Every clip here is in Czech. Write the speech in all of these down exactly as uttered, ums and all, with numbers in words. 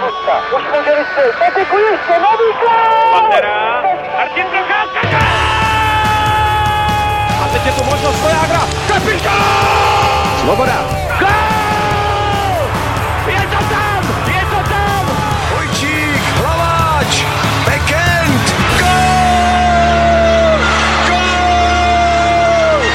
Už může vystřelit, Patiku ještě, nový gól! Pantera, Martin Procházka! A teď je tu možnost Vojágra, kapitán! Svoboda! Gól! Je to tam, je to tam! Vojčík, Hlaváč, backend, gól! Gól!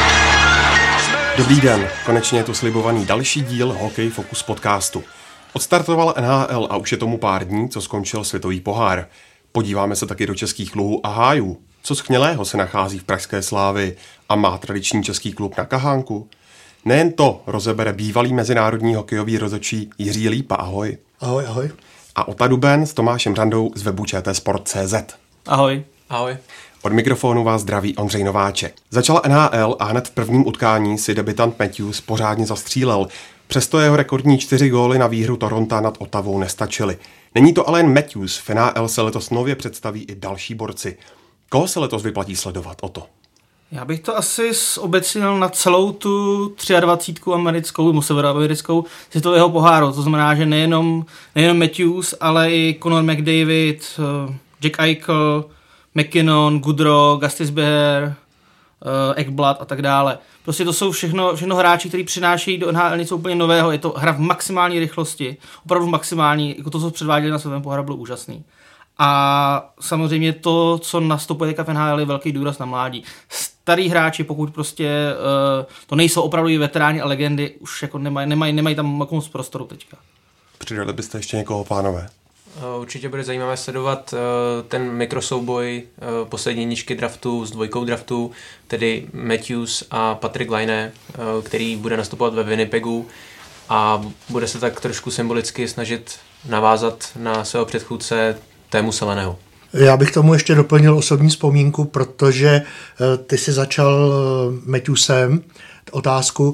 Dobrý den, konečně je tu slibovaný další díl Hokej Focus podcastu. Odstartoval N H L a už je tomu pár dní, co skončil světový pohár. Podíváme se taky do českých luhů a hájů. Co sknělého se nachází v pražské Slávii a má tradiční český klub na Kahánku? Nejen to rozebere bývalý mezinárodní hokejový rozhodčí Jiří Lípa. Ahoj. Ahoj, ahoj. A Ota Duben s Tomášem Řandou z webu Č T Sport tečka cé zet. Ahoj. Ahoj. Od mikrofonu vás zdraví Ondřej Nováček. Začala N H L a hned v prvním utkání si debutant Matthews pořádně zastřílel. Přesto jeho rekordní čtyři góly na výhru Toronta nad Ottawou nestačily. Není to ale jen Matthews, v N H L se letos nově představí i další borci. Koho se letos vyplatí sledovat, Oto? Já bych to asi zobecnil na celou tu dvacítku americkou, nebo severoamerickou světového poháru. To znamená, že nejenom, nejenom Matthews, ale i Connor McDavid, Jack Eichel, McKinnon, Goodrow, Gostisbehere, Ekblad a tak dále. Prostě to jsou všechno, všechno hráči, kteří přinášejí do N H L něco úplně nového. Je to hra v maximální rychlosti, opravdu maximální, jako to, co předváděli na světovém poháru, bylo úžasný. A samozřejmě to, co nastupuje teďka v N H L, je velký důraz na mládí. Starý hráči, pokud prostě uh, to nejsou opravdu veteráni a legendy, už jako nemají, nemají, nemají tam moc prostoru teďka. Přidali byste ještě někoho, pánové? Určitě bude zajímavé sledovat uh, ten mikrosouboj uh, poslední ničky draftu s dvojkou draftu, tedy Matthews a Patrik Laine, uh, který bude nastupovat ve Winnipegu a bude se tak trošku symbolicky snažit navázat na svého předchůdce Tému Seleného. Já bych tomu ještě doplnil osobní vzpomínku, protože uh, ty jsi začal uh, Matthewsem otázku.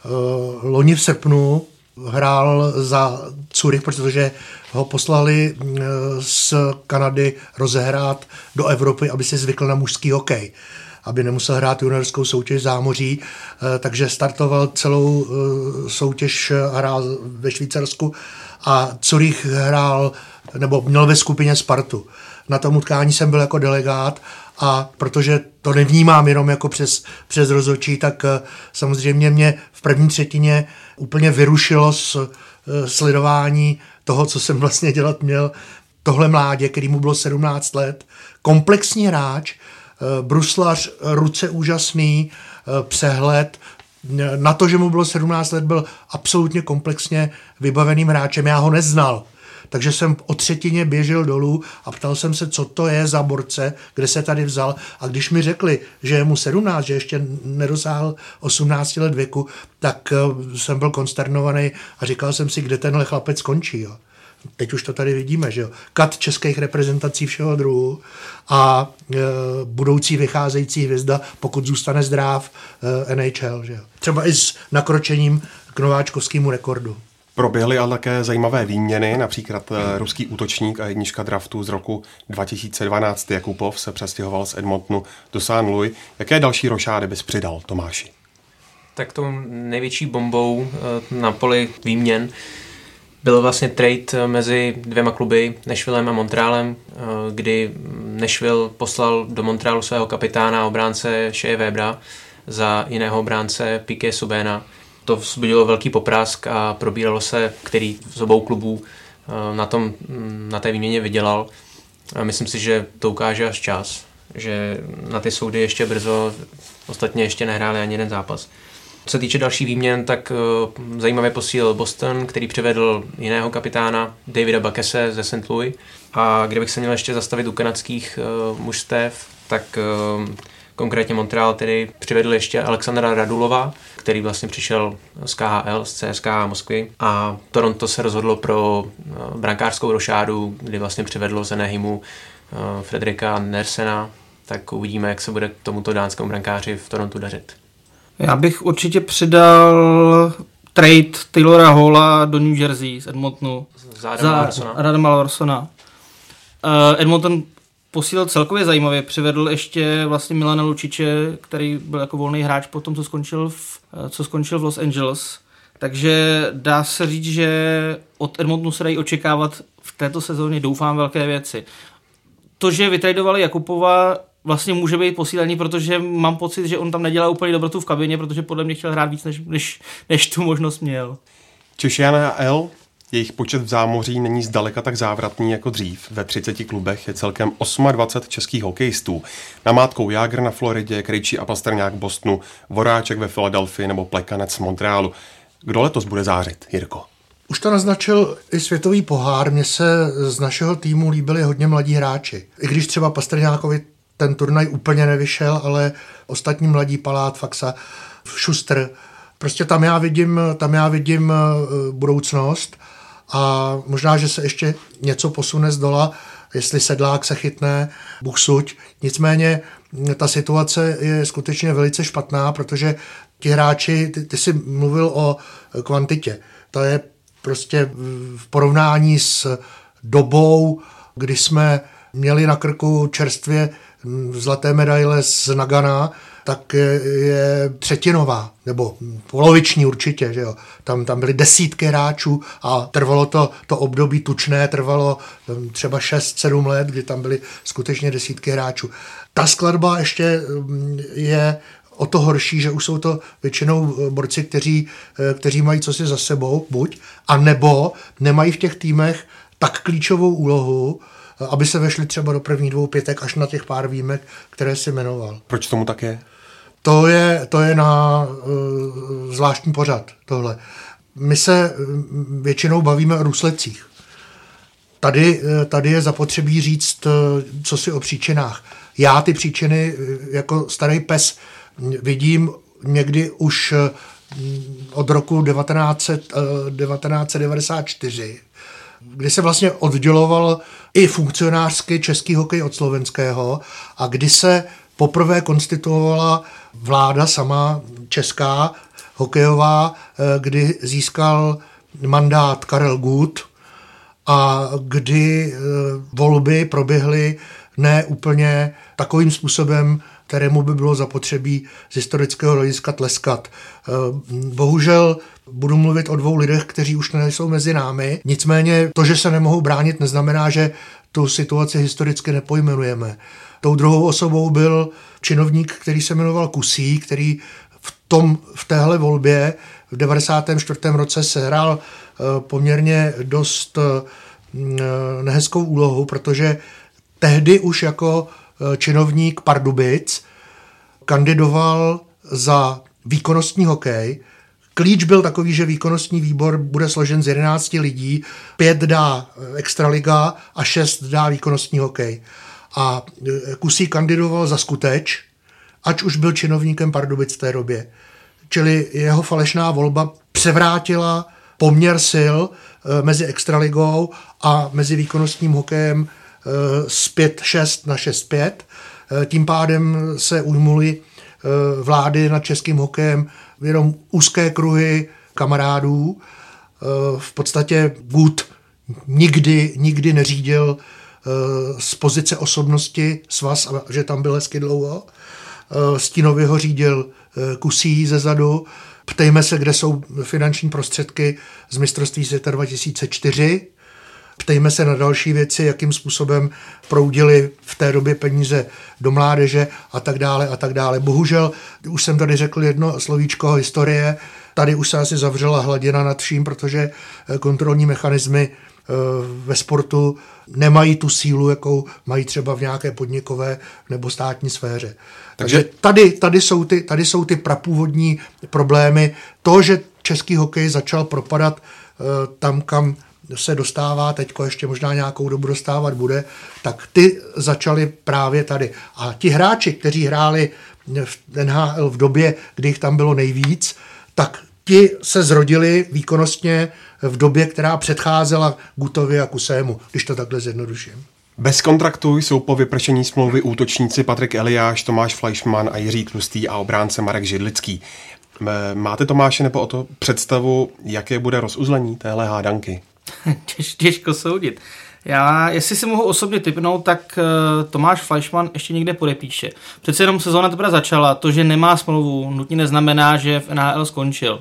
Uh, loni v srpnu hrál za Zurich, protože ho poslali z Kanady rozehrát do Evropy, aby si zvykl na mužský hokej, aby nemusel hrát juniorskou soutěž zámoří, takže startoval celou soutěž, hrál ve Švýcarsku a Zurich hrál, nebo měl ve skupině Spartu. Na tom utkání jsem byl jako delegát a protože to nevnímám jenom jako přes, přes rozhodčí, tak samozřejmě mě v první třetině úplně vyrušilo z sledování toho, co jsem vlastně dělat měl. Tohle mládě, který mu bylo sedmnáct let, komplexní hráč, bruslař, ruce úžasný, přehled. Na to, že mu bylo sedmnáct let, byl absolutně komplexně vybaveným hráčem. Já ho neznal. Takže jsem o třetině běžel dolů a ptal jsem se, co to je za borce, kde se tady vzal. A když mi řekli, že je mu sedmnáct, že ještě nedosáhl osmnáct let věku, tak jsem byl konsternovaný a říkal jsem si, kde tenhle chlapec skončí. Jo. Teď už to tady vidíme, že jo. Kat českých reprezentací všeho druhu a e, budoucí vycházející hvězda, pokud zůstane zdrav, e, N H L, že jo. Třeba i s nakročením k nováčkovskému rekordu. Proběhly ale také zajímavé výměny, například ruský útočník a jednička draftu z roku dva tisíce dvanáct Jakubov se přestěhoval z Edmontonu do Saint Louis. Jaké další rošády bys přidal, Tomáši? Tak tou největší bombou na poli výměn byl vlastně trade mezi dvěma kluby, Nashvillem a Montrealem, kdy Nashville poslal do Montrealu svého kapitána obránce Shea Webera za jiného obránce Piqué Subéna. To vzbudilo velký poprask a probíralo se, který z obou klubů na, tom, na té výměně vydělal. A myslím si, že to ukáže až čas, že na ty soudy ještě brzo, ostatně ještě nehráli ani jeden zápas. Co se týče další výměn, tak uh, zajímavě posílil Boston, který přivedl jiného kapitána, Davida Backese ze Saint Louis. A kdybych se měl ještě zastavit u kanadských uh, mužstev, tak uh, konkrétně Montreal tedy přivedl ještě Alexandra Radulova, který vlastně přišel z K H L, z C S K A Moskvy. A Toronto se rozhodlo pro uh, brankářskou rošádu, kdy vlastně přivedlo z Anaheimu uh, Frederika Nersena. Tak uvidíme, jak se bude k tomuto dánskému brankáři v Torontu dařit. Já bych určitě přidal trade Taylora Halla do New Jersey z Edmontonu za Adama Larsona. Uh, Edmonton posílal celkově zajímavě, přivedl ještě vlastně Milana Lučiče, který byl jako volný hráč po tom, co skončil v, co skončil v Los Angeles. Takže dá se říct, že od Edmontonu se dají očekávat v této sezóně, doufám, velké věci. To, že vytradovali Jakubova, vlastně může být posílení, protože mám pocit, že on tam nedělá úplně dobrotu v kabině, protože podle mě chtěl hrát víc, než, než, než tu možnost měl. Češi N H L, jejich počet v zámoří není zdaleka tak závratný jako dřív. Ve třiceti klubech je celkem dvacet osm českých hokejistů. Namátkou Jágr na Floridě, Krejčí a Pastrňák v Bostonu, Voráček ve Filadelfii nebo Plekanec v Montrealu. Kdo letos bude zářit, Jirko? Už to naznačil i světový pohár. Mně se z našeho týmu líbili hodně mladí hráči. I když třeba Pastrňákovi ten turnaj úplně nevyšel, ale ostatní mladí, Palát, Faxa, Šustr, prostě tam já vidím, tam já vidím budoucnost a možná, že se ještě něco posune z dola, jestli Sedlák se chytne, Bůh suď. Nicméně ta situace je skutečně velice špatná, protože ti hráči, ty, ty jsi mluvil o kvantitě, to je prostě v porovnání s dobou, kdy jsme měli na krku čerstvě zlaté medaile z Nagana, tak je třetinová, nebo poloviční určitě, že jo. Tam, tam byly desítky hráčů a trvalo to, to období tučné, trvalo třeba šest sedm let, kdy tam byly skutečně desítky hráčů. Ta skladba ještě je o to horší, že už jsou to většinou borci, kteří, kteří mají cosi za sebou, buď, a nebo nemají v těch týmech tak klíčovou úlohu, aby se vešli třeba do prvních dvou pětek až na těch pár výjimek, které si jmenoval. Proč tomu tak je? To je, to je na uh, zvláštní pořad tohle. My se většinou bavíme o důsledcích. Tady, tady je zapotřebí říct, co si o příčinách. Já ty příčiny jako starý pes vidím někdy už od roku devatenáct set devadesát čtyři, kdy se vlastně odděloval i funkcionářsky český hokej od slovenského a kdy se poprvé konstituovala vláda sama česká, hokejová, kdy získal mandát Karel Gut a kdy volby proběhly ne úplně takovým způsobem, kterému by bylo zapotřebí z historického hlediska tleskat. Bohužel budu mluvit o dvou lidech, kteří už nejsou mezi námi. Nicméně to, že se nemohou bránit, neznamená, že tu situaci historicky nepojmenujeme. Tou druhou osobou byl činovník, který se jmenoval Kusí, který v, tom, v téhle volbě v devadesátém čtvrtém roce sehrál poměrně dost nehezkou úlohu, protože tehdy už jako činovník Pardubic kandidoval za výkonnostní hokej. Klíč byl takový, že výkonnostní výbor bude složen z jedenácti lidí, pět dá extraliga a šest dá výkonnostní hokej. A Kusí kandidoval za Skuteč, ač už byl činovníkem Pardubic v té době. Čili jeho falešná volba převrátila poměr sil mezi extraligou a mezi výkonnostním hokejem z pět šest na šest pět. Tím pádem se ujmuly vlády nad českým hokejem jenom úzké kruhy kamarádů. V podstatě Gut nikdy, nikdy neřídil z pozice osobnosti svaz, že tam byl hezky dlouho. Stínově ho řídil Kusí ze zadu. Ptejme se, kde jsou finanční prostředky z mistrovství světa dva tisíce čtyři. Ptejme se na další věci, jakým způsobem proudili v té době peníze do mládeže a tak dále a tak dále. Bohužel, už jsem tady řekl jedno slovíčko historie, tady už se asi zavřela hladina nad vším, protože kontrolní mechanismy ve sportu nemají tu sílu, jakou mají třeba v nějaké podnikové nebo státní sféře. Takže, Takže tady, tady, jsou ty, tady jsou ty prapůvodní problémy. To, že český hokej začal propadat tam, kam se dostává, teďko ještě možná nějakou dobu dostávat bude, tak ty začaly právě tady. A ti hráči, kteří hráli v N H L v době, kdy jich tam bylo nejvíc, tak ti se zrodili výkonnostně v době, která předcházela Gutovi a Kusému, když to takhle zjednoduším. Bez kontraktu jsou po vypršení smlouvy útočníci Patrik Eliáš, Tomáš Fleischmann a Jiří Tlustý a obránce Marek Židlický. Máte, Tomáše, nebo o to představu, jaké bude rozuzlení téhle hádanky? Těž, těžko soudit. Já, jestli si mohu osobně tipnout, tak uh, Tomáš Fleischmann ještě někde podepíše. Přece jenom sezóna teprve začala. To, že nemá smlouvu, nutně neznamená, že v N H L skončil.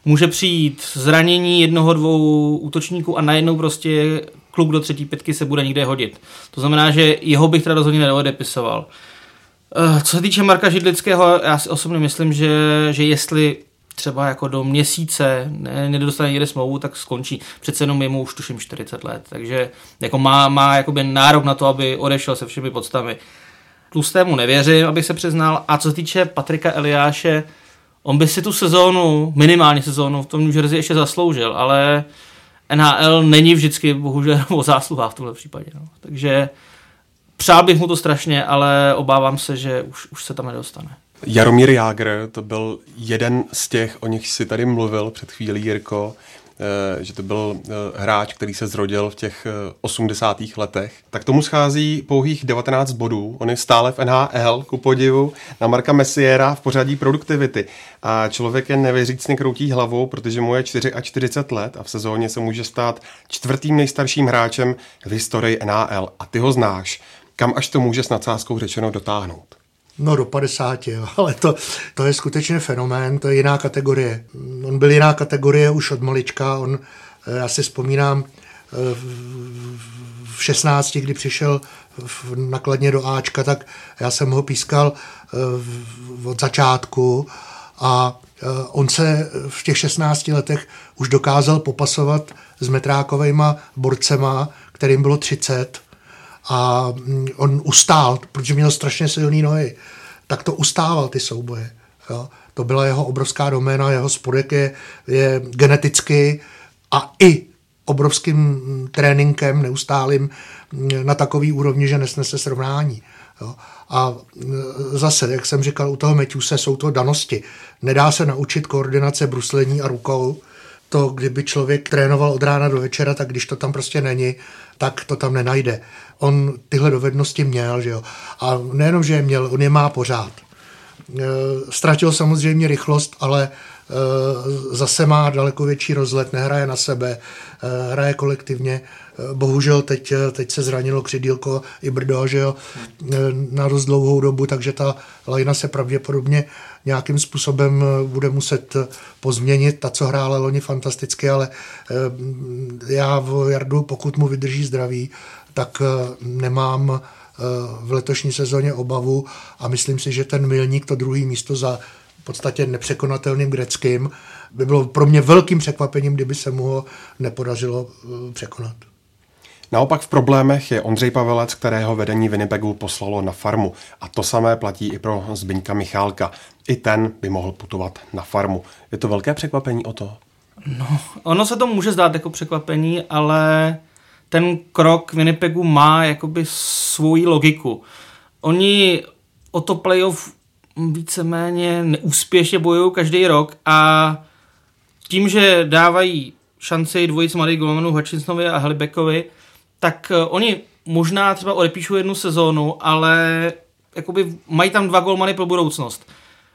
může přijít zranění jednoho, dvou útočníků a najednou prostě kluk do třetí pětky se bude někde hodit. To znamená, že jeho bych teda rozhodně neodepisoval. Co se týče Marka Židlického, já si osobně myslím, že, že jestli třeba jako do měsíce ne, nedostane někde smlouvu, tak skončí. Přece jenom je mu už tuším čtyřicet let, takže jako má, má jakoby nárok na to, aby odešel se všemi podstavy. Tlustému nevěřím, abych se přiznal. A co se týče Patrika Eliáše, on by si tu sezónu, minimálně sezónu v tom New Jersey ještě zasloužil, ale N H L není vždycky bohužel o zásluhách v tomhle případě. No. Takže přál bych mu to strašně, ale obávám se, že už, už se tam nedostane. Jaromír Jágr, to byl jeden z těch, o nich si tady mluvil před chvílí, Jirko, že to byl hráč, který se zrodil v těch osmdesátých letech. Tak tomu schází pouhých devatenáct bodů. On je stále v N H L, ku podivu, na Marka Messiera v pořadí produktivity. A člověk je nevěřícně kroutí hlavou, protože mu je čtyřicet čtyři let a v sezóně se může stát čtvrtým nejstarším hráčem v historii N H L. A ty ho znáš. Kam až to může s nadsázkou řečeno dotáhnout? No do padesáti, jo. Ale to, to je skutečně fenomén, to je jiná kategorie. On byl jiná kategorie už od malička, on, já si vzpomínám v šestnácti, kdy přišel nakladně do Ačka, tak já jsem ho pískal od začátku a on se v těch šestnácti letech už dokázal popasovat s metrákovejma borcema, kterým bylo třicet. A on ustál, protože měl strašně silný nohy, tak to ustával ty souboje. Jo. To byla jeho obrovská doména, jeho spodek je, je geneticky a i obrovským tréninkem neustálým na takový úrovni, že nesnese srovnání. Jo. A zase, jak jsem říkal, u toho Matthewse jsou to danosti. Nedá se naučit koordinace bruslení a rukou. To, kdyby člověk trénoval od rána do večera, tak když to tam prostě není, tak to tam nenajde. On tyhle dovednosti měl, že jo. A nejenom, že je měl, on je má pořád. E, ztratil samozřejmě rychlost, ale e, zase má daleko větší rozhled, nehraje na sebe, e, hraje kolektivně. E, bohužel teď, teď se zranilo křidílko i brdo, že jo, e, na dost dlouhou dobu, takže ta lajna se pravděpodobně nějakým způsobem bude muset pozměnit. Ta, co hrála loni fantasticky, ale e, já v Jardu, pokud mu vydrží zdraví, tak nemám v letošní sezóně obavu a myslím si, že ten milník, to druhé místo za v podstatě nepřekonatelným Greckým, by bylo pro mě velkým překvapením, kdyby se mu ho nepodařilo překonat. Naopak v problémech je Ondřej Pavelec, kterého vedení Winnipegu poslalo na farmu. A to samé platí i pro Zbyňka Michálka. I ten by mohl putovat na farmu. Je to velké překvapení o to? No, ono se to může zdát jako překvapení, ale ten krok Winnipegu má jakoby svoji logiku. Oni o to playoff víceméně neúspěšně bojují každý rok a tím, že dávají šanci dvojici mladých golmanů Hutchinsonovi a Halibeckovi, tak oni možná třeba odepíšou jednu sezónu, ale jakoby mají tam dva golmany pro budoucnost.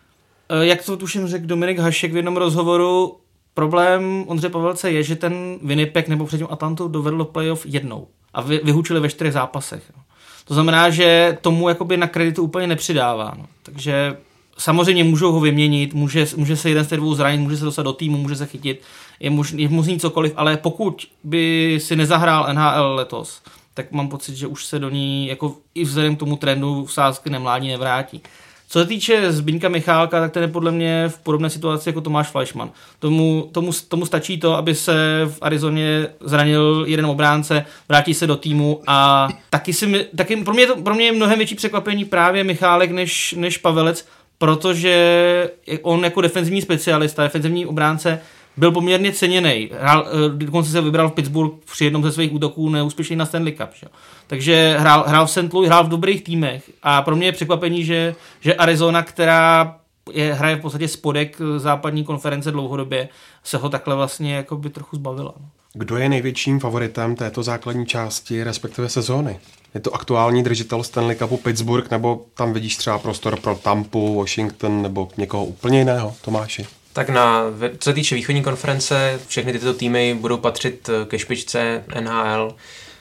Jak to tuším řekl Dominik Hašek v jednom rozhovoru, problém Ondřeje Pavelce je, že ten Winnipeg nebo předtím Atlantu dovedl do playoff jednou a vy, vyhučili ve čtyřech zápasech. No. To znamená, že tomu jakoby na kreditu úplně nepřidává. No. Takže samozřejmě můžou ho vyměnit, může, může se jeden z těch dvou zranit, může se dostat do týmu, může se chytit, je, muž, je možný cokoliv, ale pokud by si nezahrál N H L letos, tak mám pocit, že už se do ní jako i vzhledem k tomu trendu v sázky nemládí nevrátí. Co se týče Zbyňka Michálka, tak ten je podle mě v podobné situaci jako Tomáš Fleischmann. Tomu, tomu, tomu stačí to, aby se v Arizoně zranil jeden obránce, vrátí se do týmu a taky, si, taky pro, mě to, pro mě je mnohem větší překvapení právě Michálek než, než Pavelec, protože on jako defenzivní specialista, defenzivní obránce byl poměrně ceněný. Hrál, dokonce se vybral v Pittsburgh při jednom ze svých útoků neúspěšný na Stanley Cup. Že? Takže hrál, hrál v Saint Louis, hrál v dobrých týmech a pro mě je překvapení, že, že Arizona, která je, hraje v podstatě spodek západní konference dlouhodobě, se ho takhle vlastně jako by trochu zbavila. Kdo je největším favoritem této základní části, respektive sezóny? Je to aktuální držitel Stanley Cupu Pittsburgh, nebo tam vidíš třeba prostor pro Tampu, Washington nebo někoho úplně jiného, Tomáši? Tak na, co se týče východní konference, všechny tyto týmy budou patřit ke špičce N H L.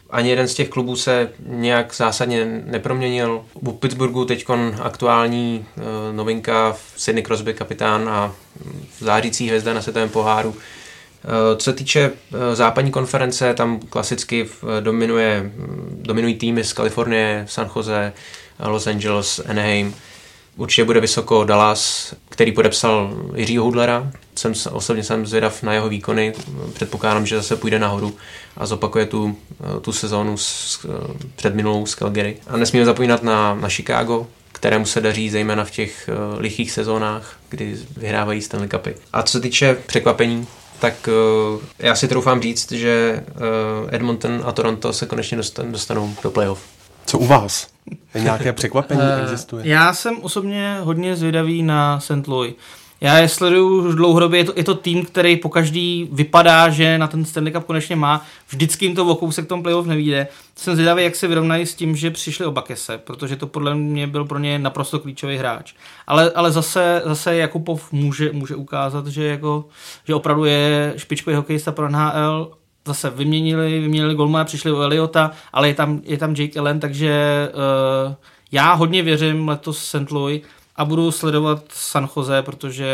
Ani jeden z těch klubů se nějak zásadně neproměnil. U Pittsburghu teďkon aktuální e, novinka Sidney Crosby, kapitán a zářící hvězda na světovém poháru. E, co se týče e, západní konference, tam klasicky dominuje, dominují týmy z Kalifornie, San Jose, Los Angeles, Anaheim. Určitě bude vysoko Dallas, který podepsal Jiřího Hudlera. Jsem, osobně jsem zvědav na jeho výkony. Předpokládám, že zase půjde nahoru a zopakuje tu, tu sezónu s, před minulou z Calgary. A nesmíme zapomínat na, na Chicago, kterému se daří zejména v těch uh, lichých sezónách, kdy vyhrávají Stanley Cupy. A co se týče překvapení, tak uh, já si troufám říct, že uh, Edmonton a Toronto se konečně dostan, dostanou do playoff. Co u vás? Je nějaké překvapení existuje? Já jsem osobně hodně zvědavý na Saint Louis. Já je sleduju už dlouhodobě, je to, je to tým, který pokaždý vypadá, že na ten Stanley Cup konečně má. Vždycky jim to o kousek v tom playoff nevyjde. Jsem zvědavý, jak se vyrovnají s tím, že přišli o Bakese, protože to podle mě byl pro ně naprosto klíčový hráč. Ale, ale zase, zase Jakubov může, může ukázat, že, jako, že opravdu je špičkový hokejista pro N H L. Zase vyměnili, vyměnili golmana, přišli o Eliota, ale je tam, je tam Jake Allen, takže uh, já hodně věřím letos Saint Louis a budu sledovat San Jose, protože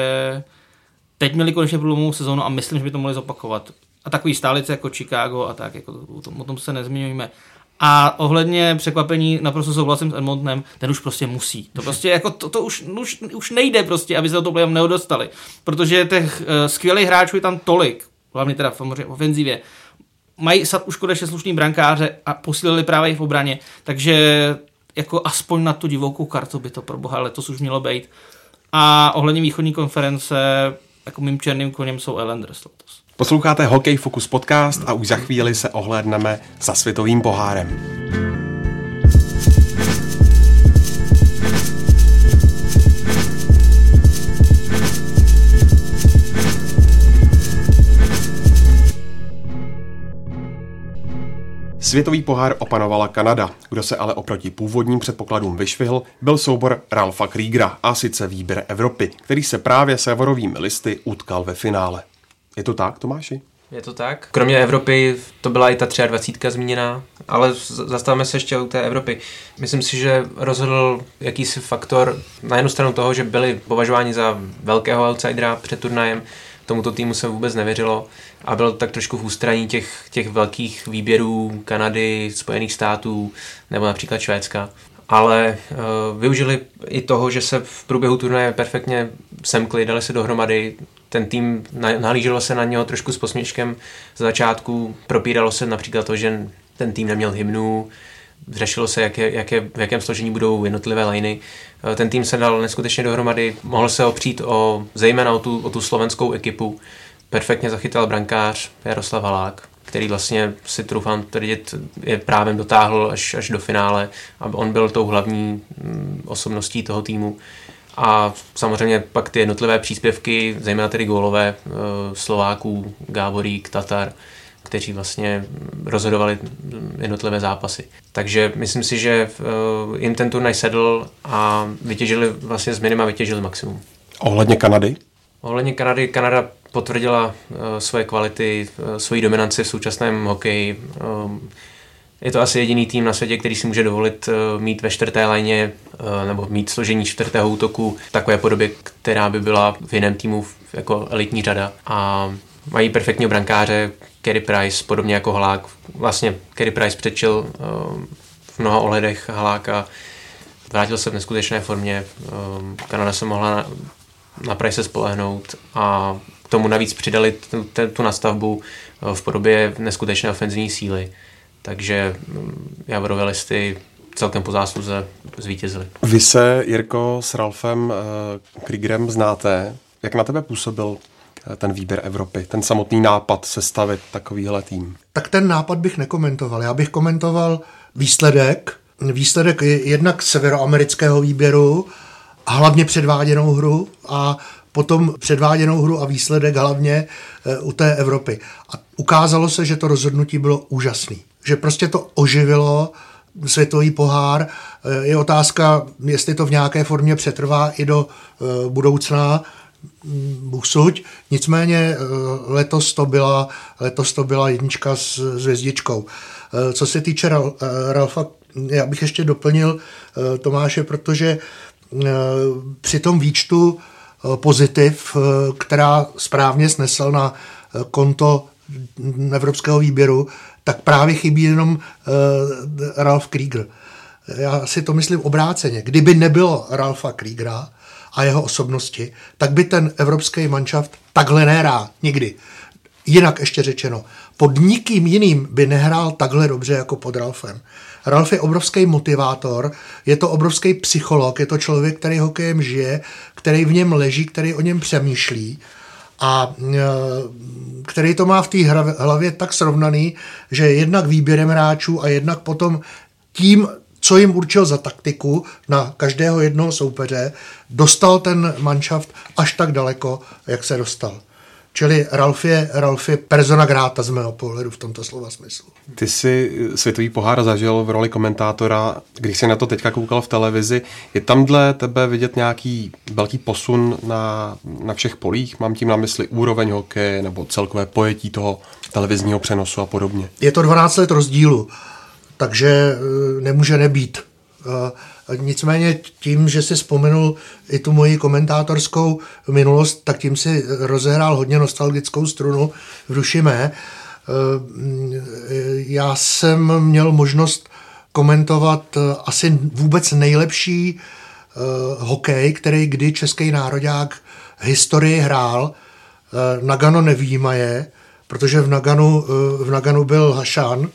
teď měli konečně průlomovou sezónu a myslím, že by to mohli zopakovat. A takový stálice jako Chicago a tak, jako o, tom, o tom se nezmiňujeme. A ohledně překvapení naprosto souhlasím s Edmontonem, ten už prostě musí. To prostě jako to, to už, už, už nejde prostě, aby se do toho playoff neodostali. Protože těch uh, skvělých hráčů je tam tolik, hlavně teda v ofenzivě. Mají sad už konečně slušný brankáře a posílili právě i v obraně, takže jako aspoň na tu divokou kartu by to pro boha letos už mělo být. A ohledně východní konference, jako mým černým koněm jsou Islanders letos. Posloucháte Hokej Focus podcast a už za chvíli se ohlédneme za světovým pohárem. Světový pohár opanovala Kanada. Kdo se ale oproti původním předpokladům vyšvihl, byl soubor Ralfa Kriegera a sice výběr Evropy, který se právě s Javorovými listy utkal ve finále. Je to tak, Tomáši? Je to tak. Kromě Evropy to byla i ta dvacítka tři zmíněná, ale zastavíme se ještě u té Evropy. Myslím si, že rozhodl jakýsi faktor na jednu stranu toho, že byli považováni za velkého outsidera před turnajem. Tomuto týmu se vůbec nevěřilo a byl tak trošku v ústraní těch, těch velkých výběrů Kanady, Spojených států nebo například Švédska. Ale uh, využili i toho, že se v průběhu turnaje perfektně semkli, dali se dohromady. Ten tým, nahlíželo se na něho trošku s posměškem z začátku, propíralo se například to, že ten tým neměl hymnu, řešilo se, jaké, jaké, v jakém složení budou jednotlivé liny. Ten tým se dal neskutečně dohromady, mohl se opřít o, zejména o tu, o tu slovenskou ekipu. Perfektně zachytal brankář Jaroslav Halák, který vlastně si troufám tvrdit, je právě dotáhl až, až do finále a on byl tou hlavní osobností toho týmu. A samozřejmě pak ty jednotlivé příspěvky, zejména tedy gólové Slováků, Gáborík, Tatar, kteří vlastně rozhodovali jednotlivé zápasy. Takže myslím si, že jim ten turnaj sedl a vytěžili vlastně z minima vytěžili maximum. Ohledně Kanady? Ohledně Kanady, Kanada potvrdila uh, svoje kvality, uh, svoji dominanci v současném hokeji. Um, je to asi jediný tým na světě, který si může dovolit uh, mít ve čtvrté lajně uh, nebo mít složení čtvrtého útoku v takové podobě, která by byla v jiném týmu jako elitní řada. A mají perfektního brankáře, Carey Price, podobně jako Halák. Vlastně Carey Price předčil uh, v mnoha ohledech Haláka, vrátil se v neskutečné formě. Um, Kanada se mohla na, na Price spolehnout a k tomu navíc přidali tu, tu nastavbu v podobě neskutečné ofenzivní síly. Takže Javorové listy celkem po zásluze zvítězili. Vy se, Jirko, s Ralfem uh, Kriegerem znáte. Jak na tebe působil uh, ten výběr Evropy, ten samotný nápad sestavit takovýhle tým? Tak ten nápad bych nekomentoval. Já bych komentoval výsledek. Výsledek jednak severoamerického výběru a hlavně předváděnou hru a potom předváděnou hru a výsledek hlavně u té Evropy. A ukázalo se, že to rozhodnutí bylo úžasné. Že prostě to oživilo světový pohár. Je otázka, jestli to v nějaké formě přetrvá i do budoucna. Bůh suď. Nicméně letos to byla, letos to byla jednička s, s hvězdičkou. Co se týče Ralfa, já bych ještě doplnil Tomáše, protože při tom výčtu pozitiv, která správně snesl na konto evropského výběru, tak právě chybí jenom Ralf Krieger. Já si to myslím obráceně. Kdyby nebylo Ralfa Kriegera a jeho osobnosti, tak by ten evropský manšaft takhle nehrál nikdy. Jinak ještě řečeno, pod nikým jiným by nehrál takhle dobře jako pod Ralfem. Ralf je obrovský motivátor, je to obrovský psycholog, je to člověk, který hokejem žije, který v něm leží, který o něm přemýšlí a který to má v té hlavě tak srovnaný, že jednak výběrem hráčů a jednak potom tím, co jim určil za taktiku na každého jednoho soupeře, dostal ten manšaft až tak daleko, jak se dostal. Čili Ralf je, Ralf je persona grata z mého pohledu v tomto slova smyslu. Ty jsi světový pohár zažil v roli komentátora, když jsi na to teďka koukal v televizi. Je tam dle tebe vidět nějaký velký posun na, na všech polích? Mám tím na mysli úroveň hokeje nebo celkové pojetí toho televizního přenosu a podobně. Je to dvanáct let rozdílu, takže nemůže nebýt. Nicméně tím, že si vzpomenul i tu moji komentátorskou minulost, tak tím si rozehrál hodně nostalgickou strunu v duši mé. Já jsem měl možnost komentovat asi vůbec nejlepší hokej, který kdy český nároďák historii hrál. Nagano nevyjímaje, protože v Naganu, v Naganu byl Hašan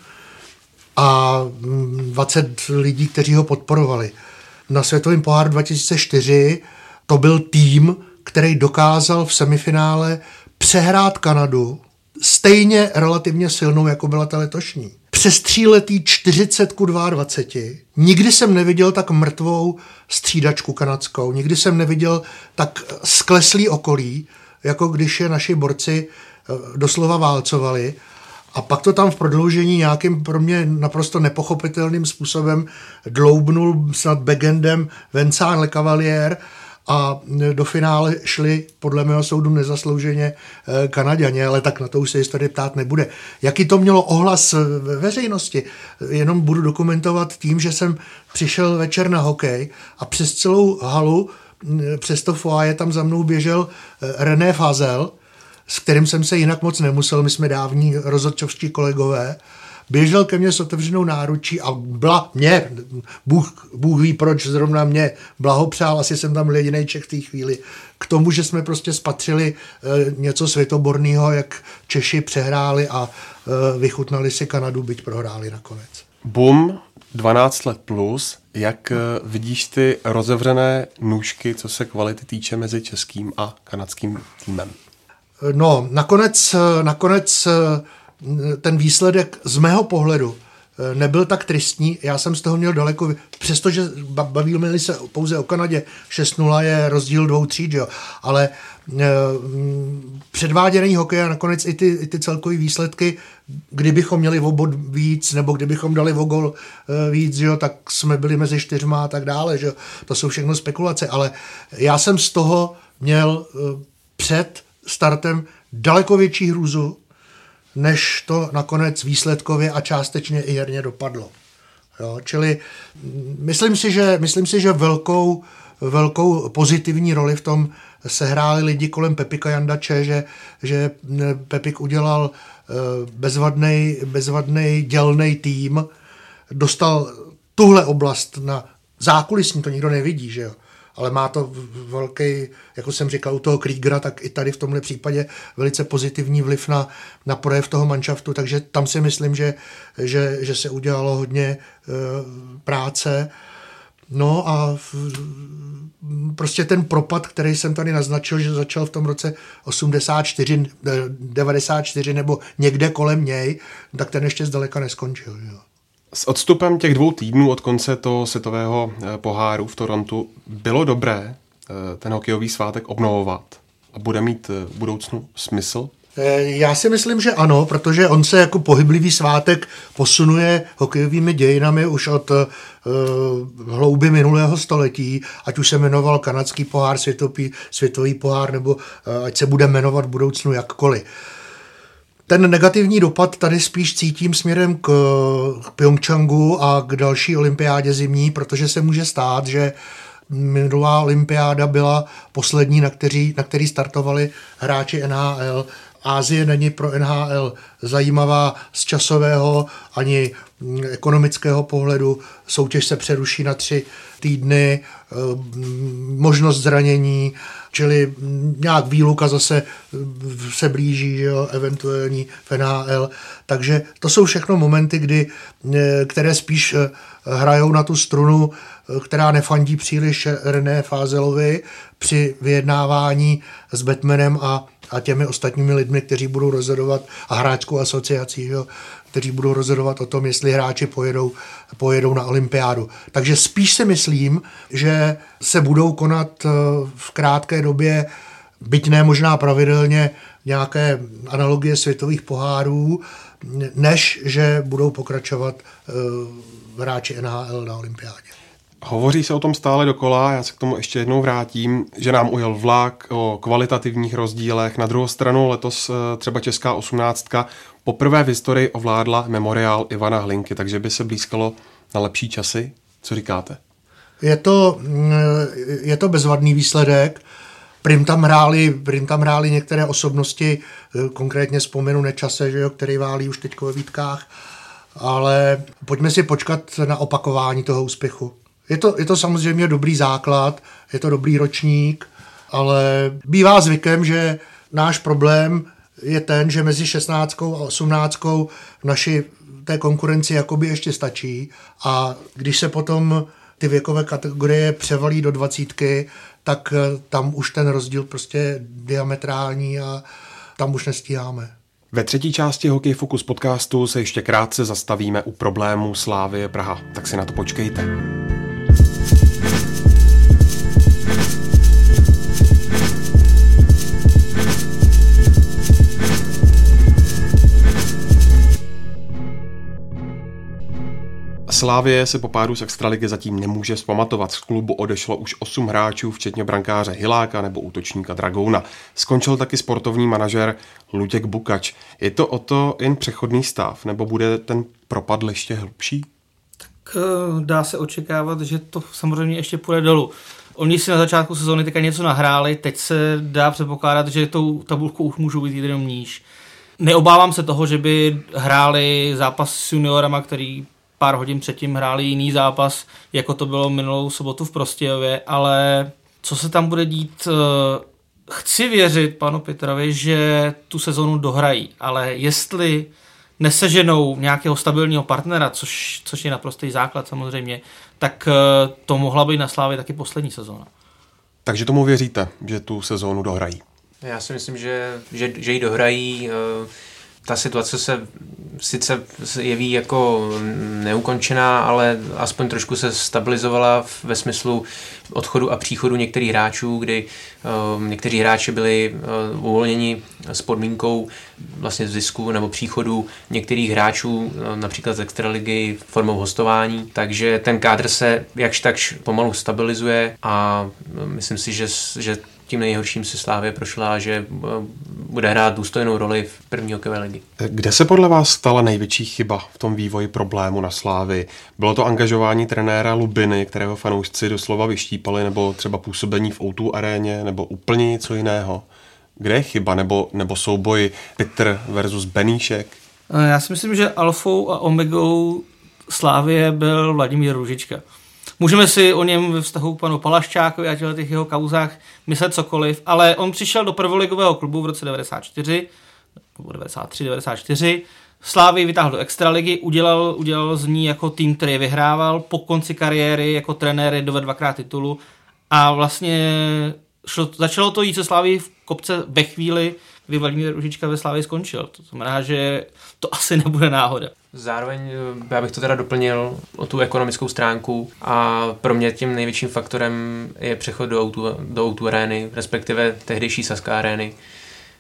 a dvacet lidí, kteří ho podporovali. Na světovém poháru dva tisíce čtyři to byl tým, který dokázal v semifinále přehrát Kanadu stejně relativně silnou, jako byla ta letošní. Přes tříletý čtyřicet ku dvaceti dvěma. Nikdy jsem neviděl tak mrtvou střídačku kanadskou, nikdy jsem neviděl tak skleslý okolí, jako když je naši borci doslova válcovali. A pak to tam v prodloužení nějakým pro mě naprosto nepochopitelným způsobem dloubnul snad backendem Vincent Lecavalier a do finále šli podle mého soudu nezaslouženě Kanaďané, ale tak na to už se historie ptát nebude. Jaký to mělo ohlas ve veřejnosti? Jenom budu dokumentovat tím, že jsem přišel večer na hokej a přes celou halu, přes to foaje tam za mnou běžel René Fazel, s kterým jsem se jinak moc nemusel, my jsme dávní rozhodčovští kolegové, běžel ke mně s otevřenou náručí a bla, mě, Bůh, Bůh ví proč, zrovna mě blahopřál, asi jsem tam jedinej Čech v té chvíli, k tomu, že jsme prostě spatřili e, něco světoborného, jak Češi přehráli a e, vychutnali si Kanadu, byť prohráli nakonec. Bum, dvanáct let plus, jak vidíš ty rozevřené nůžky, co se kvality týče mezi českým a kanadským týmem? No, nakonec, nakonec ten výsledek z mého pohledu nebyl tak tristní. Já jsem z toho měl daleko, přestože bavíme se pouze o Kanadě, šest nula je rozdíl dvou tříd, jo, ale předváděný hokej a nakonec i ty, i ty celkové výsledky, kdybychom měli o bod víc, nebo kdybychom dali o gol víc, jo, tak jsme byli mezi čtyřma a tak dále, že? To jsou všechno spekulace, ale já jsem z toho měl před startem daleko větší hrůzu, než to nakonec výsledkově a částečně i herně dopadlo. Jo, čili myslím si, že, myslím si, že velkou, velkou pozitivní roli v tom sehráli lidi kolem Pepika Jandače, že, že Pepik udělal bezvadnej, bezvadnej dělnej tým, dostal tuhle oblast na zákulisní, to nikdo nevidí, že jo. Ale má to velký, jako jsem říkal u toho Kriegera, tak i tady v tomhle případě velice pozitivní vliv na, na projev toho manšaftu, takže tam si myslím, že, že, že se udělalo hodně e, práce. No a v, prostě ten propad, který jsem tady naznačil, že začal v tom roce osmdesát čtyři, devadesát čtyři nebo někde kolem něj, tak ten ještě zdaleka neskončil. Jo. S odstupem těch dvou týdnů od konce toho světového poháru v Torontu bylo dobré ten hokejový svátek obnovovat a bude mít v budoucnu smysl? Já si myslím, že ano, protože on se jako pohyblivý svátek posunuje hokejovými dějinami už od uh, hlouby minulého století, ať už se jmenoval kanadský pohár, světový, světový pohár, nebo uh, ať se bude jmenovat v budoucnu jakkoliv. Ten negativní dopad tady spíš cítím směrem k, k Pyeongchangu a k další olympiádě zimní, protože se může stát, že minulá olympiáda byla poslední, na, který, na který startovali hráči N H L. Asie není pro N H L zajímavá z časového ani ekonomického pohledu. Soutěž se přeruší na tři týdny, možnost zranění, čili nějak výluka zase se blíží, jo, eventuální v N H L. Takže to jsou všechno momenty, kdy, které spíš hrajou na tu strunu, která nefandí příliš René Fázelovi při vyjednávání s Batmanem a, a těmi ostatními lidmi, kteří budou rozhodovat, a hráčskou asociací, jo, kteří budou rozhodovat o tom, jestli hráči pojedou, pojedou na olympiádu. Takže spíš si myslím, že se budou konat v krátké době, byť ne možná pravidelně, nějaké analogie světových pohárů, než že budou pokračovat uh, hráči N H L na olympiádě. Hovoří se o tom stále dokola, já se k tomu ještě jednou vrátím, že nám ujel vlak o kvalitativních rozdílech. Na druhou stranu letos třeba česká osmnáctka poprvé v historii ovládla memoriál Ivana Hlinky, takže by se blízkalo na lepší časy. Co říkáte? Je to, je to bezvadný výsledek. Prim tam hráli, prim tam hráli některé osobnosti, konkrétně vzpomenu Nečase, že jo, který válí už teď ve výtkách, ale pojďme si počkat na opakování toho úspěchu. Je to, je to samozřejmě dobrý základ, je to dobrý ročník, ale bývá zvykem, že náš problém je ten, že mezi šestnáctkou a osmnáctkou naši té konkurenci jakoby ještě stačí, a když se potom ty věkové kategorie převalí do dvacítky, tak tam už ten rozdíl prostě je diametrální a tam už nestíháme. Ve třetí části Hokej Focus podcastu se ještě krátce zastavíme u problémů Slavie Praha, tak si na to počkejte. Slavie se po pádu z extraligy zatím nemůže vzpamatovat. Z klubu odešlo už osm hráčů, včetně brankáře Hiláka nebo útočníka Dragouna. Skončil taky sportovní manažer Luděk Bukač. Je to o to jen přechodný stav, nebo bude ten propad ještě hlubší? Tak dá se očekávat, že to samozřejmě ještě půjde dolů. Oni si na začátku sezóny teďka něco nahráli, teď se dá předpokládat, že tou tabulkou už můžou být jenom níž. Neobávám se toho, že by hráli zápas s juniorama, který pár hodin předtím hráli jiný zápas, jako to bylo minulou sobotu v Prostějově, ale co se tam bude dít, chci věřit panu Petrovi, že tu sezonu dohrají, ale jestli neseženou nějakého stabilního partnera, což, což je naprostý základ samozřejmě, tak to mohla být na Slávě taky poslední sezóna. Takže tomu věříte, že tu sezónu dohrají? Já si myslím, že, že, že ji dohrají. Ta situace se sice jeví jako neukončená, ale aspoň trošku se stabilizovala ve smyslu odchodu a příchodu některých hráčů, kdy uh, někteří hráči byli uh, uvolněni s podmínkou vlastně zisku nebo příchodu některých hráčů, uh, například z extraligy formou hostování, takže ten kádr se jakž takž pomalu stabilizuje a uh, myslím si, že, že tím nejhorším si Slavie prošla, že bude hrát důstojnou roli v první hokejové ligy. Kde se podle vás stala největší chyba v tom vývoji problému na Slavii? Bylo to angažování trenéra Lubiny, kterého fanoušci doslova vyštípali, nebo třeba působení v ó dva aréně, nebo úplně něco jiného? Kde je chyba, nebo, nebo souboj Petr versus Beníšek? Já si myslím, že alfou a omegou Slavie byl Vladimír Růžička. Můžeme si o něm ve vztahu k panu Palaščákovi a těch jeho kauzách myslet cokoliv, ale on přišel do prvoligového klubu v roce devadesát čtyři, nebo devadesát tři devadesát čtyři, Slávii vytáhl do extraligy, udělal, udělal z ní jako tým, který vyhrával, po konci kariéry jako trenér dovedl dvakrát titulu a vlastně šlo, začalo to jít se Sláví v kopce ve chvíli, kdy Vladimír Růžička ve Slávii skončil. To znamená, že to asi nebude náhoda. Zároveň já bych to teda doplnil o tu ekonomickou stránku a pro mě tím největším faktorem je přechod do ó dva, do ó dva arény, respektive tehdejší Sazka arény,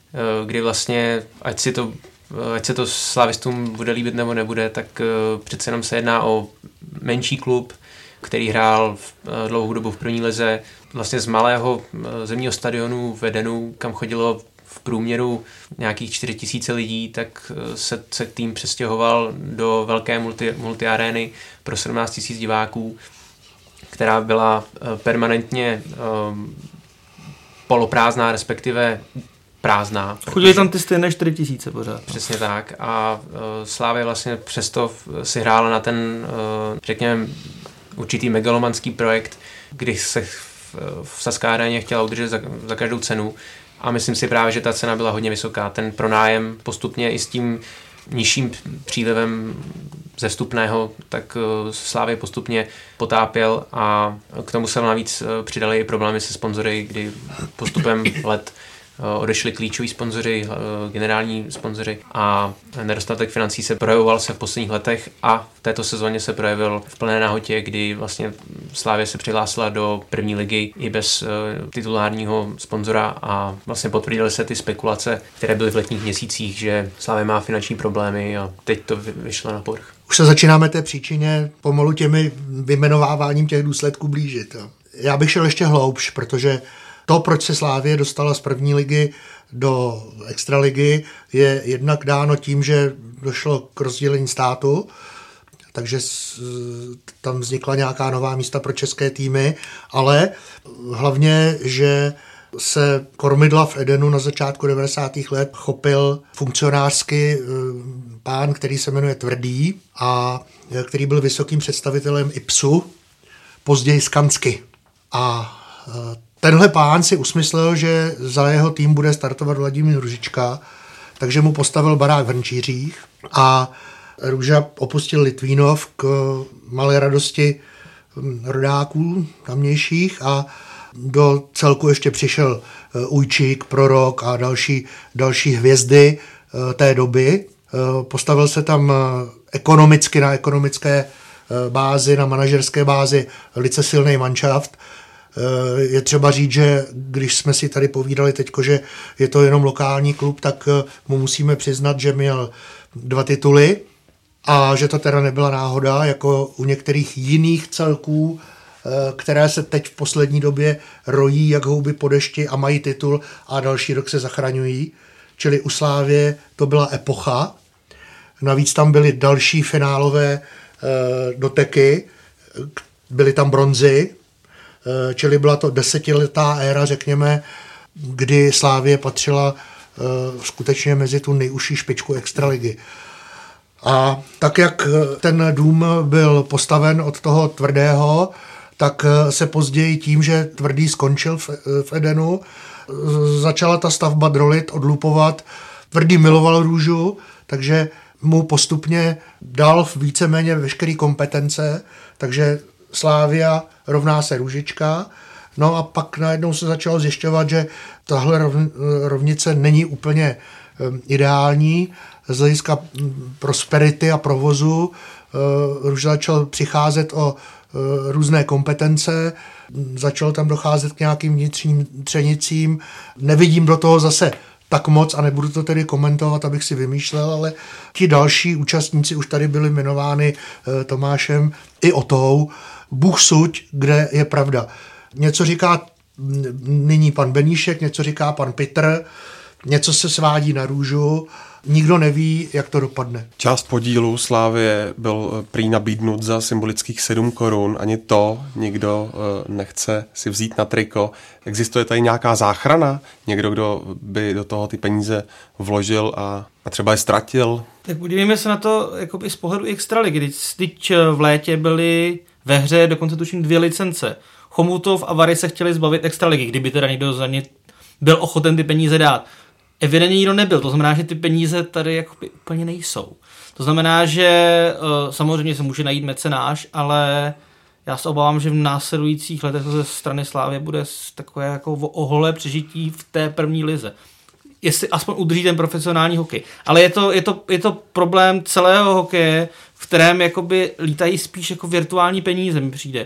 kdy vlastně, ať si to ať se to slávistům bude líbit nebo nebude, tak přece jenom se jedná o menší klub, který hrál v dlouhou dobu v první lize, vlastně z malého zemního stadionu v Edenu, kam chodilo v průměru nějakých čtyři tisíce lidí, tak se, se tým přestěhoval do velké multi, multiarény pro sedmnáct tisíc diváků, která byla permanentně um, poloprázdná, respektive prázdná. Chodili tam ty stejné čtyři tisíce pořád. Přesně tak. A uh, Slavia vlastně přesto si hrála na ten, uh, řekněme, určitý megalomanský projekt, kdy se v, v Saské aréně chtěla udržet za, za každou cenu. A myslím si právě, že ta cena byla hodně vysoká. Ten pronájem postupně i s tím nižším přílivem ze vstupného, tak Slavii postupně potápěl a k tomu se navíc přidali i problémy se sponzory, kdy postupem let odešli klíčoví sponzoři, generální sponzoři a nedostatek financí se projevoval se v posledních letech a v této sezóně se projevil v plné nahotě, kdy vlastně Slavia se přihlásila do první ligy i bez titulárního sponzora a vlastně potvrdily se ty spekulace, které byly v letních měsících, že Slavia má finanční problémy a teď to vyšlo na povrch. Už se začínáme té příčině pomalu těmi vymenováváním těch důsledků blížit. Já bych šel ještě hloubš, protože to, proč se Slavie dostala z první ligy do extraligy, je jednak dáno tím, že došlo k rozdělení státu, takže tam vznikla nějaká nová místa pro české týmy, ale hlavně, že se kormidla v Edenu na začátku devadesátých let chopil funkcionářsky pán, který se jmenuje Tvrdý a který byl vysokým představitelem I P S U, později Skansky. A tenhle pán si usmyslel, že za jeho tým bude startovat Vladimír Růžička, takže mu postavil barák v Hrnčířích a Růža opustil Litvínov k malé radosti rodáků tamnějších a do celku ještě přišel Ujčík, Prorok a další, další hvězdy té doby. Postavil se tam ekonomicky na ekonomické bázi, na manažerské bázi velice silný manšaft. Je třeba říct, že když jsme si tady povídali teďko, že je to jenom lokální klub, tak mu musíme přiznat, že měl dva tituly a že to teda nebyla náhoda, jako u některých jiných celků, které se teď v poslední době rojí jak houby po dešti a mají titul a další rok se zachraňují. Čili u Slávie to byla epocha. Navíc tam byly další finálové doteky, byly tam bronzy, čili byla to desetiletá éra, řekněme, kdy Slavie patřila skutečně mezi tu nejužší špičku extraligy. A tak, jak ten dům byl postaven od toho Tvrdého, tak se později tím, že Tvrdý skončil v Edenu, začala ta stavba drolit, odlupovat. Tvrdý miloval Růžu, takže mu postupně dal víceméně veškeré kompetence, takže Slavia rovná se Růžička. No a pak najednou se začalo zjišťovat, že tahle rovnice není úplně ideální z hlediska prosperity a provozu. Růža začal přicházet o různé kompetence, začalo tam docházet k nějakým vnitřním třenicím. Nevidím do toho zase tak moc a nebudu to tedy komentovat, abych si vymýšlel, ale ti další účastníci už tady byli jmenovány Tomášem i Otou. Bůh suď, kde je pravda. Něco říká nyní pan Beníšek, něco říká pan Pitr, něco se svádí na Růžu, nikdo neví, jak to dopadne. Část podílu Slávie byl prý nabídnut za symbolických sedm korun, ani to nikdo nechce si vzít na triko. Existuje tady nějaká záchrana? Někdo, kdo by do toho ty peníze vložil a, a třeba je ztratil? Tak podívejme se na to jako z pohledu extraligy. Když v létě byly ve hře dokonce tuším dvě licence. Chomutov a Vary se chtěli zbavit extraligy, kdyby teda někdo za ně byl ochoten ty peníze dát. Evidentně nikdo nebyl, to znamená, že ty peníze tady jakoby úplně nejsou. To znamená, že uh, samozřejmě se může najít mecenáš, ale já se obávám, že v následujících letech ze strany Slávie bude takové jako oholé přežití v té první lize. Jestli aspoň udrží ten profesionální hokej. Ale je to, je to, je to problém celého hokeje, v kterém jakoby lítají spíš jako virtuální peníze, mi přijde.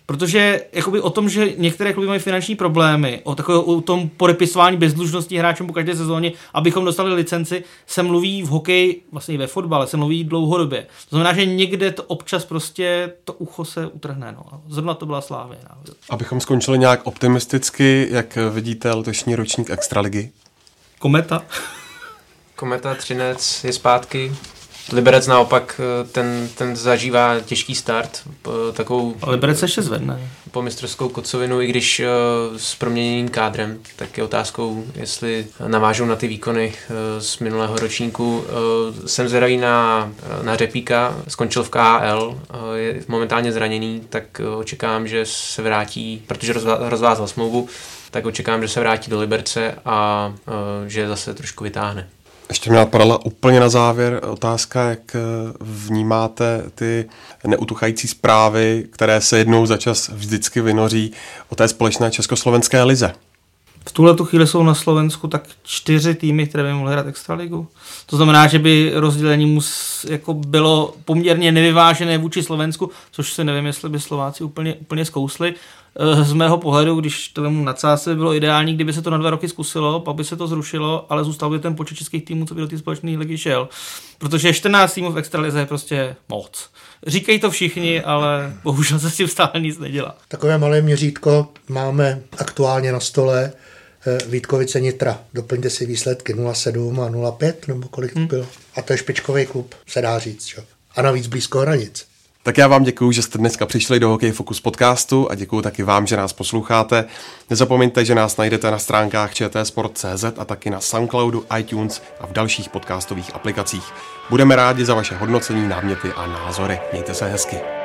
Protože jakoby o tom, že některé kluby mají finanční problémy, o, takové, o tom podepisování bezdlužností hráčům po každé sezóně, abychom dostali licenci, se mluví v hokeji, vlastně i ve fotbale, se mluví dlouhodobě. To znamená, že někde to občas prostě to ucho se utrhne. No. Zrovna to byla Slávě. No. Abychom skončili nějak optimisticky, jak vidíte letošní ročník Extraligy? Kometa. Kometa, Třinec je zpátky. Liberec naopak, ten, ten zažívá těžký start. Takovou, Liberec se ještě zvedne. Po mistrovskou kocovinu, i když s proměněným kádrem, tak je otázkou, jestli navážou na ty výkony z minulého ročníku. Jsem zvědavý na, na Řepíka, skončil v K H L, je momentálně zraněný, tak očekávám, že se vrátí, protože rozvázal smlouvu, tak očekávám, že se vrátí do Liberce a že zase trošku vytáhne. Ještě mě napadala úplně na závěr otázka, jak vnímáte ty neutuchající zprávy, které se jednou za čas vždycky vynoří o té společné československé lize. V tuhle tu chvíli jsou na Slovensku tak čtyři týmy, které by mohly hrát Extraligu. To znamená, že by rozdělení mus, jako bylo poměrně nevyvážené vůči Slovensku, což si nevím, jestli by Slováci úplně, úplně zkousli. Z mého pohledu, když to vemu na cáse, by bylo ideální, kdyby se to na dva roky zkusilo, pak by se to zrušilo, ale zůstal by ten počet českých týmů, co by do té společné ligy šel. Protože čtrnáct týmů v Extralize je prostě moc. Říkají to všichni, ale bohužel se s tím stále nic nedělá. Takové malé měřítko máme aktuálně na stole. Vítkovice Nitra. Doplňte si výsledky nula sedm a nula pět, nebo kolik to bylo. A to je špičkový klub, se dá říct. Čo? A navíc blízko hranic. Tak já vám děkuju, že jste dneska přišli do Hokej Focus podcastu a děkuju taky vám, že nás posloucháte. Nezapomeňte, že nás najdete na stránkách č t sport tečka cé zet a taky na Soundcloudu, iTunes a v dalších podcastových aplikacích. Budeme rádi za vaše hodnocení, náměty a názory. Mějte se hezky.